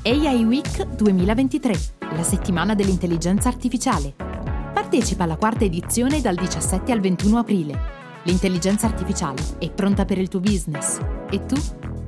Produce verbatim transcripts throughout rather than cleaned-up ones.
A I Week duemilaventitré, la settimana dell'intelligenza artificiale. Partecipa alla quarta edizione dal diciassette al ventuno aprile. L'intelligenza artificiale è pronta per il tuo business. E tu?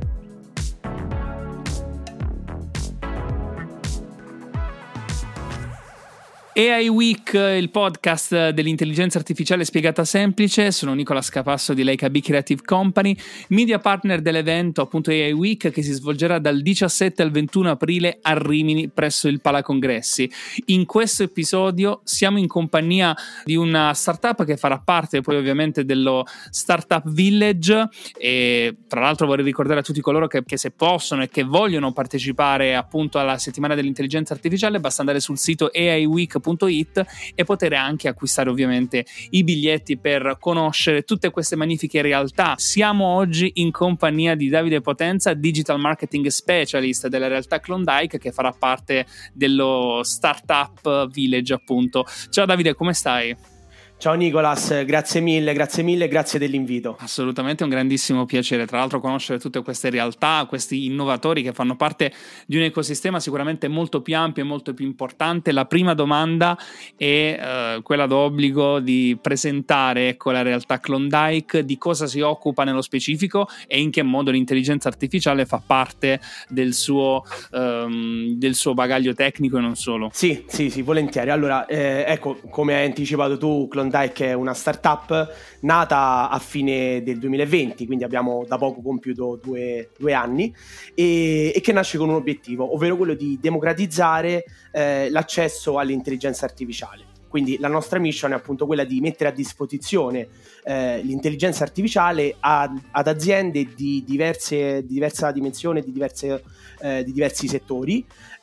A I Week, il podcast dell'intelligenza artificiale spiegata semplice. Sono Nicola Scapasso di Leica B Creative Company, media partner dell'evento appunto A I Week, che si svolgerà dal diciassette al ventuno aprile a Rimini presso il Palacongressi. In questo episodio siamo in compagnia di una startup che farà parte poi ovviamente dello Startup Village, e tra l'altro vorrei ricordare a tutti coloro che, che se possono e che vogliono partecipare appunto alla settimana dell'intelligenza artificiale basta andare sul sito A I Week punto it e poter anche acquistare ovviamente i biglietti per conoscere tutte queste magnifiche realtà. Siamo oggi in compagnia di Davide Potenza, Digital Marketing Specialist della realtà Klondike, che farà parte dello Startup Village appunto. Ciao Davide, come stai? Ciao Nicolas, grazie mille, grazie mille, grazie dell'invito. Assolutamente un grandissimo piacere, tra l'altro conoscere tutte queste realtà, questi innovatori che fanno parte di un ecosistema sicuramente molto più ampio e molto più importante. La prima domanda è uh, quella d'obbligo di presentare ecco, la realtà Klondike, di cosa si occupa nello specifico e in che modo l'intelligenza artificiale fa parte del suo, um, del suo bagaglio tecnico e non solo. Sì, sì, sì, volentieri. Allora, eh, ecco, come hai anticipato tu, Klondike Klondike è una startup nata a fine del duemilaventi, quindi abbiamo da poco compiuto due, due anni, e, e che nasce con un obiettivo, ovvero quello di democratizzare eh, l'accesso all'intelligenza artificiale. Quindi la nostra mission è appunto quella di mettere a disposizione eh, l'intelligenza artificiale a, ad aziende di, diverse, di diversa dimensione, di, diverse, eh, di diversi settori,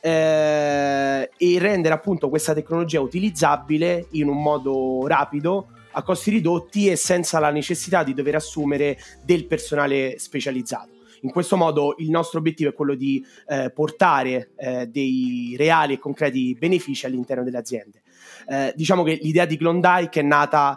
eh, e rendere appunto questa tecnologia utilizzabile in un modo rapido, a costi ridotti e senza la necessità di dover assumere del personale specializzato. In questo modo il nostro obiettivo è quello di eh, portare eh, dei reali e concreti benefici all'interno delle aziende. Eh, diciamo che l'idea di Klondike è nata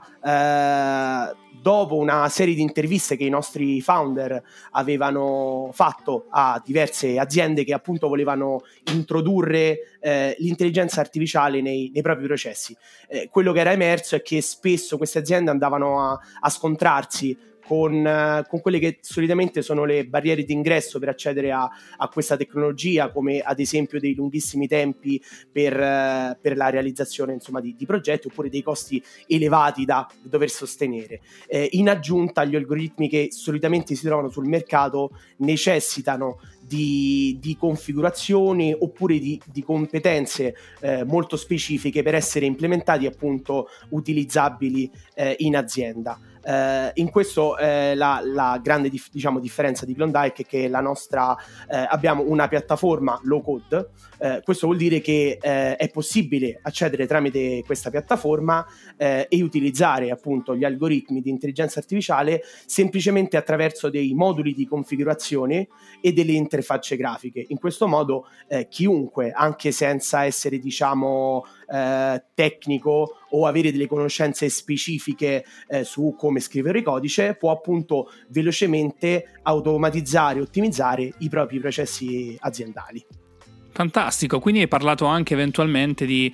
eh, dopo una serie di interviste che i nostri founder avevano fatto a diverse aziende che appunto volevano introdurre eh, l'intelligenza artificiale nei, nei propri processi. Eh, quello che era emerso è che spesso queste aziende andavano a, a scontrarsi Con, con quelle che solitamente sono le barriere d'ingresso per accedere a, a questa tecnologia, come ad esempio dei lunghissimi tempi per, per la realizzazione insomma, di, di progetti, oppure dei costi elevati da dover sostenere. Eh, in aggiunta, gli algoritmi che solitamente si trovano sul mercato necessitano Di, di configurazioni oppure di, di competenze eh, molto specifiche per essere implementati e appunto utilizzabili eh, in azienda. Eh, in questo eh, la, la grande dif- diciamo, differenza di Klondike è che la nostra eh, abbiamo una piattaforma low code. Eh, questo vuol dire che eh, è possibile accedere tramite questa piattaforma eh, e utilizzare appunto gli algoritmi di intelligenza artificiale semplicemente attraverso dei moduli di configurazione e delle interfacce grafiche. In questo modo eh, chiunque, anche senza essere diciamo eh, tecnico o avere delle conoscenze specifiche eh, su come scrivere il codice, può appunto velocemente automatizzare e ottimizzare i propri processi aziendali. Fantastico, quindi hai parlato anche eventualmente di,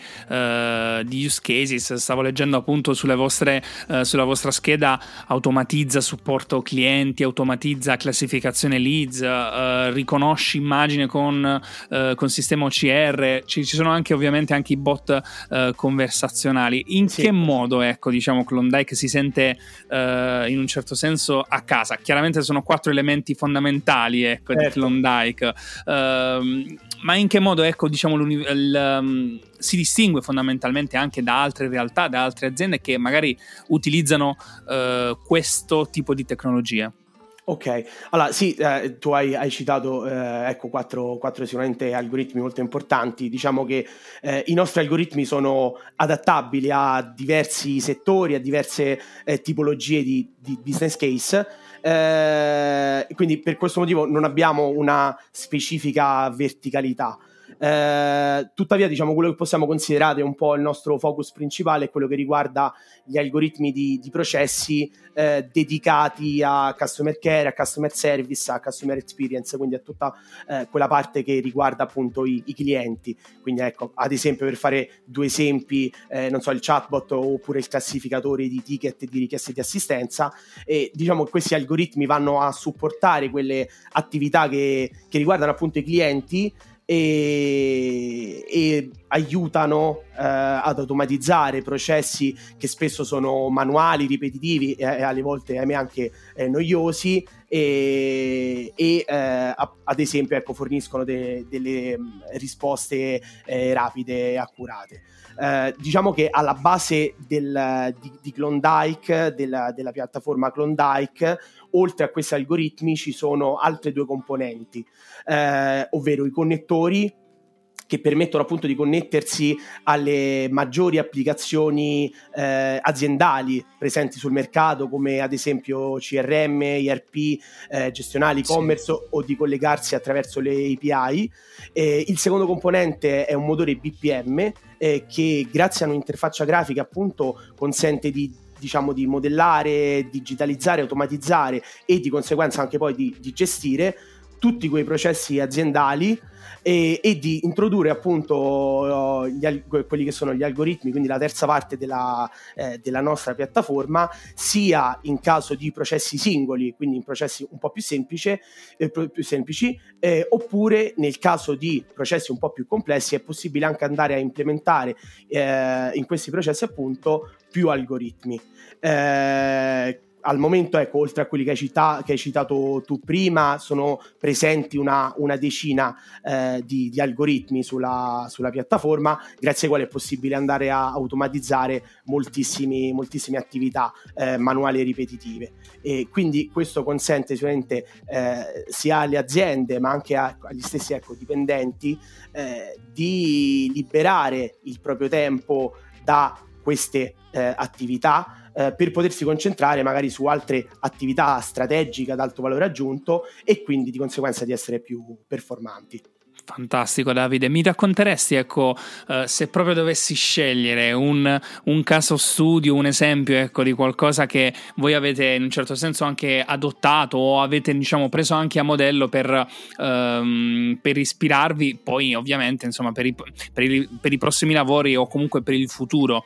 uh, di use cases. Stavo leggendo appunto sulle vostre, uh, sulla vostra scheda: automatizza supporto clienti, automatizza classificazione leads, uh, riconosci immagine con, uh, con sistema O C R. Ci, ci sono anche ovviamente anche i bot uh, conversazionali. In sì. Che modo ecco diciamo Klondike si sente uh, in un certo senso a casa? Chiaramente sono quattro elementi fondamentali ecco certo. di Klondike, uh, ma in che modo ecco diciamo il, um, si distingue fondamentalmente anche da altre realtà, da altre aziende che magari utilizzano uh, questo tipo di tecnologia? Ok, allora sì, eh, tu hai, hai citato eh, ecco quattro, quattro sicuramente algoritmi molto importanti. Diciamo che eh, i nostri algoritmi sono adattabili a diversi settori, a diverse eh, tipologie di, di business case. Eh, quindi per questo motivo non abbiamo una specifica verticalità. Eh, tuttavia, diciamo, quello che possiamo considerare un po' il nostro focus principale è quello che riguarda gli algoritmi di, di processi eh, dedicati a customer care, a customer service, a customer experience, quindi a tutta eh, quella parte che riguarda appunto i, i clienti. Quindi ecco, ad esempio, per fare due esempi, eh, non so, il chatbot oppure il classificatore di ticket di richieste di assistenza, e diciamo che questi algoritmi vanno a supportare quelle attività che, che riguardano appunto i clienti e, e aiutano eh, ad automatizzare processi che spesso sono manuali, ripetitivi e, e alle volte ahimè anche eh, noiosi, e, e eh, ad esempio ecco, forniscono de, delle risposte eh, rapide e accurate. Eh, diciamo che alla base del, di, di Klondike, della, della piattaforma Klondike, oltre a questi algoritmi ci sono altre due componenti, eh, ovvero i connettori, che permettono appunto di connettersi alle maggiori applicazioni eh, aziendali presenti sul mercato, come ad esempio C R M, E R P, eh, gestionali, e-commerce, sì, o di collegarsi attraverso le A P I. Eh, il secondo componente è un motore B P M eh, che grazie a un'interfaccia grafica appunto consente di diciamo di modellare, digitalizzare, automatizzare e di conseguenza anche poi di, di gestire tutti quei processi aziendali e, e di introdurre appunto gli, quelli che sono gli algoritmi, quindi la terza parte della, eh, della nostra piattaforma, sia in caso di processi singoli, quindi in processi un po' più semplici, eh, più semplici eh, oppure nel caso di processi un po' più complessi è possibile anche andare a implementare eh, in questi processi appunto più algoritmi. Eh, al momento, ecco, oltre a quelli che hai, cita- che hai citato tu prima, sono presenti una, una decina eh, di, di algoritmi sulla, sulla piattaforma, grazie ai quali è possibile andare a automatizzare moltissimi, moltissime attività eh, manuali e ripetitive. E quindi questo consente sicuramente eh, sia alle aziende ma anche a, agli stessi ecco, dipendenti eh, di liberare il proprio tempo da queste eh, attività eh, per potersi concentrare magari su altre attività strategiche ad alto valore aggiunto e quindi di conseguenza di essere più performanti. Fantastico Davide, mi racconteresti ecco uh, se proprio dovessi scegliere un, un caso studio, un esempio ecco di qualcosa che voi avete in un certo senso anche adottato o avete diciamo preso anche a modello per, um, per ispirarvi poi ovviamente insomma per i, per, i, per i prossimi lavori o comunque per il futuro?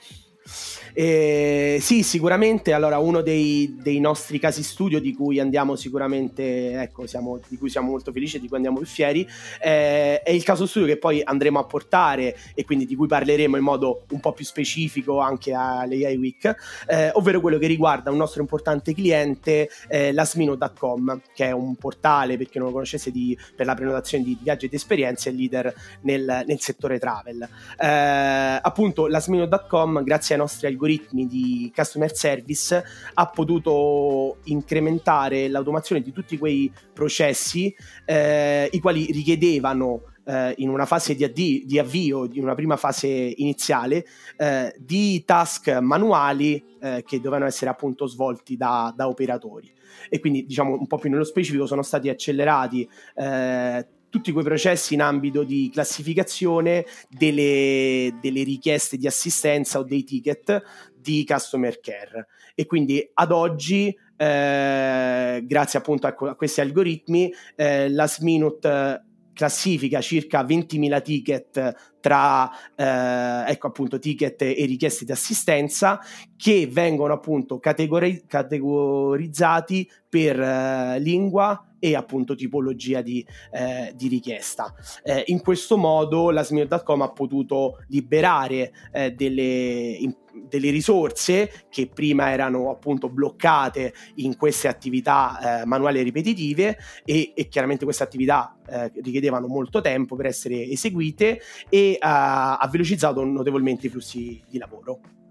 Eh, sì, sicuramente. Allora, uno dei, dei nostri casi studio di cui andiamo sicuramente, ecco, siamo, di cui siamo molto felici, di cui andiamo più fieri, eh, è il caso studio che poi andremo a portare e quindi di cui parleremo in modo un po' più specifico anche alle A I Week, eh, ovvero quello che riguarda un nostro importante cliente, eh, lastminute punto com, che è un portale, per chi non lo conoscesse, di, per la prenotazione di viaggi ed esperienze, è leader nel, nel settore travel. Eh, appunto, lastminute punto com, grazie ai nostri algoritmi di customer service, ha potuto incrementare l'automazione di tutti quei processi eh, i quali richiedevano eh, in una fase di, addi- di avvio, in una prima fase iniziale, eh, di task manuali eh, che dovevano essere appunto svolti da, da operatori. E quindi diciamo un po' più nello specifico sono stati accelerati eh, tutti quei processi in ambito di classificazione delle, delle richieste di assistenza o dei ticket di customer care. E quindi ad oggi eh, grazie appunto a, a questi algoritmi eh, lastminute classifica circa ventimila ticket tra eh, ecco appunto ticket e richieste di assistenza che vengono appunto categori- categorizzati per eh, lingua e appunto tipologia di, eh, di richiesta. Eh, in questo modo lastminute punto com ha potuto liberare eh, delle, in, delle risorse che prima erano appunto bloccate in queste attività eh, manuali e ripetitive e, e chiaramente queste attività eh, richiedevano molto tempo per essere eseguite e ha, ha velocizzato notevolmente i flussi di lavoro.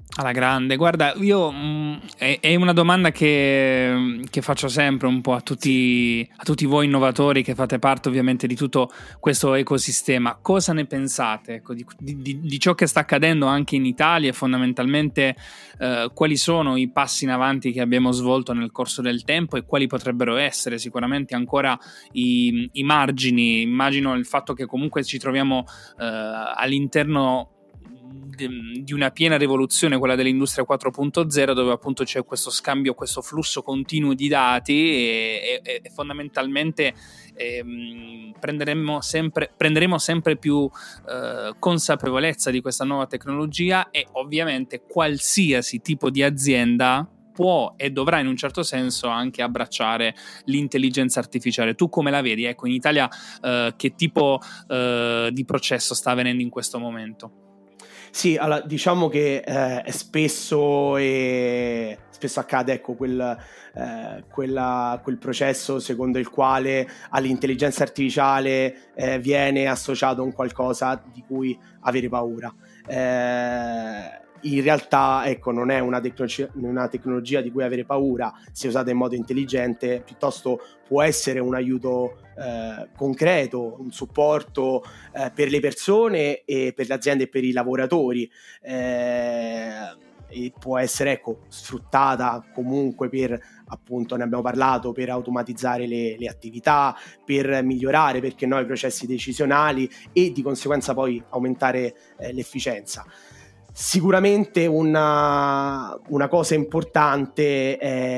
Alla grande, guarda, io mh, è, è una domanda che, che faccio sempre un po' a tutti, a tutti voi innovatori che fate parte ovviamente di tutto questo ecosistema. Cosa ne pensate, ecco, di, di, di ciò che sta accadendo anche in Italia e fondamentalmente eh, quali sono i passi in avanti che abbiamo svolto nel corso del tempo e quali potrebbero essere sicuramente ancora i, i margini. Immagino il fatto che comunque ci troviamo eh, all'interno di una piena rivoluzione, quella dell'industria quattro punto zero, dove appunto c'è questo scambio, questo flusso continuo di dati e, e, e fondamentalmente eh, prenderemo sempre, prenderemo sempre più eh, consapevolezza di questa nuova tecnologia e ovviamente qualsiasi tipo di azienda può e dovrà in un certo senso anche abbracciare l'intelligenza artificiale. Tu come la vedi? Ecco, in Italia eh, che tipo eh, di processo sta avvenendo in questo momento? Sì, allora, diciamo che eh, è spesso e spesso accade, ecco, quel, eh, quella, quel processo secondo il quale all'intelligenza artificiale eh, viene associato un qualcosa di cui avere paura. Eh, in realtà, ecco, non è una tecnologia, una tecnologia di cui avere paura se usata in modo intelligente, piuttosto può essere un aiuto eh, concreto, un supporto eh, per le persone e per le aziende e per i lavoratori. Eh, e può essere, ecco, sfruttata comunque per, appunto, ne abbiamo parlato, per automatizzare le, le attività, per migliorare, perché no, i processi decisionali e di conseguenza poi aumentare eh, l'efficienza. Sicuramente una, una cosa importante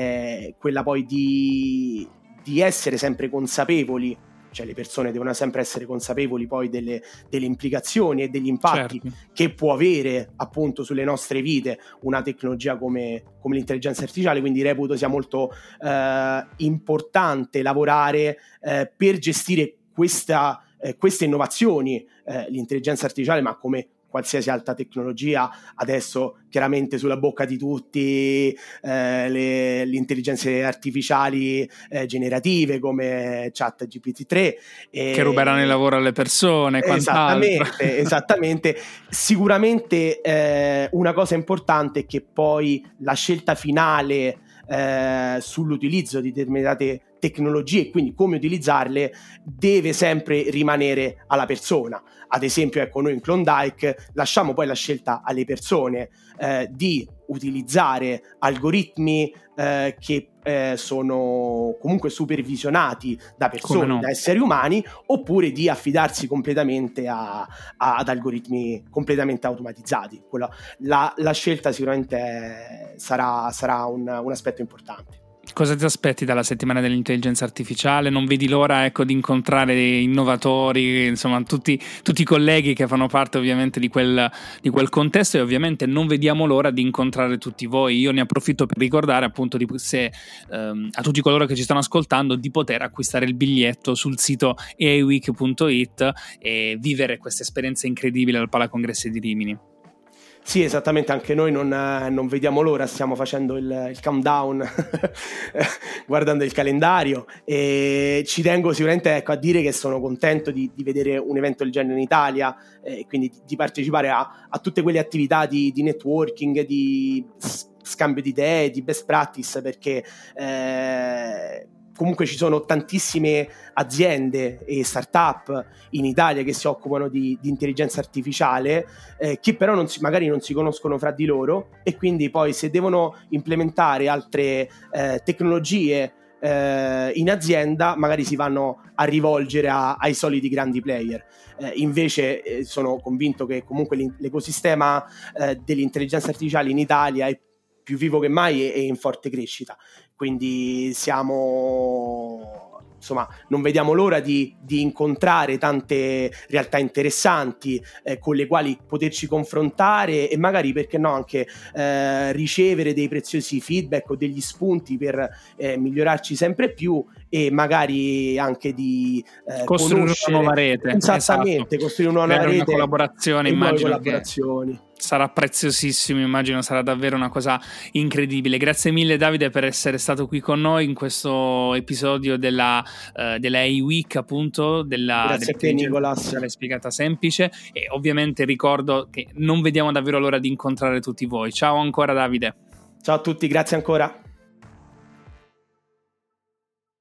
è quella poi di, di essere sempre consapevoli, cioè le persone devono sempre essere consapevoli poi delle, delle implicazioni e degli impatti, certo, che può avere appunto sulle nostre vite una tecnologia come, come l'intelligenza artificiale. Quindi reputo sia molto eh, importante lavorare eh, per gestire questa, eh, queste innovazioni, eh, l'intelligenza artificiale, ma come qualsiasi altra tecnologia adesso chiaramente sulla bocca di tutti, eh, le, le intelligenze artificiali eh, generative come Chat G P T tre e, che ruberanno il lavoro alle persone, esattamente, esattamente. Sicuramente eh, una cosa importante è che poi la scelta finale eh, sull'utilizzo di determinate tecnologie e quindi come utilizzarle deve sempre rimanere alla persona. Ad esempio, ecco, noi in Klondike lasciamo poi la scelta alle persone eh, di utilizzare algoritmi eh, che eh, sono comunque supervisionati da persone, no, da esseri umani, oppure di affidarsi completamente a, a, ad algoritmi completamente automatizzati. Quella, la, la scelta sicuramente sarà, sarà un, un aspetto importante. Cosa ti aspetti dalla settimana dell'intelligenza artificiale? Non vedi l'ora, ecco, di incontrare innovatori, insomma tutti, tutti i colleghi che fanno parte ovviamente di quel, di quel contesto, e ovviamente non vediamo l'ora di incontrare tutti voi. Io ne approfitto per ricordare appunto di, se, ehm, a tutti coloro che ci stanno ascoltando di poter acquistare il biglietto sul sito a i week punto it e vivere questa esperienza incredibile al Palacongressi di Rimini. Sì, esattamente, anche noi non, non vediamo l'ora, stiamo facendo il, il countdown guardando il calendario, e ci tengo sicuramente, ecco, a dire che sono contento di, di vedere un evento del genere in Italia e eh, quindi di, di partecipare a, a tutte quelle attività di, di networking, di scambio di idee, di best practice, perché eh, comunque ci sono tantissime aziende e startup in Italia che si occupano di, di intelligenza artificiale eh, che però non si, magari non si conoscono fra di loro, e quindi poi se devono implementare altre eh, tecnologie eh, in azienda magari si vanno a rivolgere a, ai soliti grandi player. Eh, invece eh, sono convinto che comunque l'ecosistema eh, dell'intelligenza artificiale in Italia è più vivo che mai e in forte crescita, quindi siamo, insomma, non vediamo l'ora di, di incontrare tante realtà interessanti eh, con le quali poterci confrontare e magari, perché no, anche eh, ricevere dei preziosi feedback o degli spunti per eh, migliorarci sempre più, e magari anche di eh, costruire conoscere una nuova rete, esattamente, esatto. costruire una nuova Creare rete, una collaborazione, e immagino collaborazioni. che sarà preziosissimo, immagino sarà davvero una cosa incredibile. Grazie mille Davide per essere stato qui con noi in questo episodio della, uh, della A I Week, appunto, della, grazie a te Nicolas, spiegata semplice, e ovviamente ricordo che non vediamo davvero l'ora di incontrare tutti voi. Ciao ancora Davide. Ciao a tutti, grazie ancora.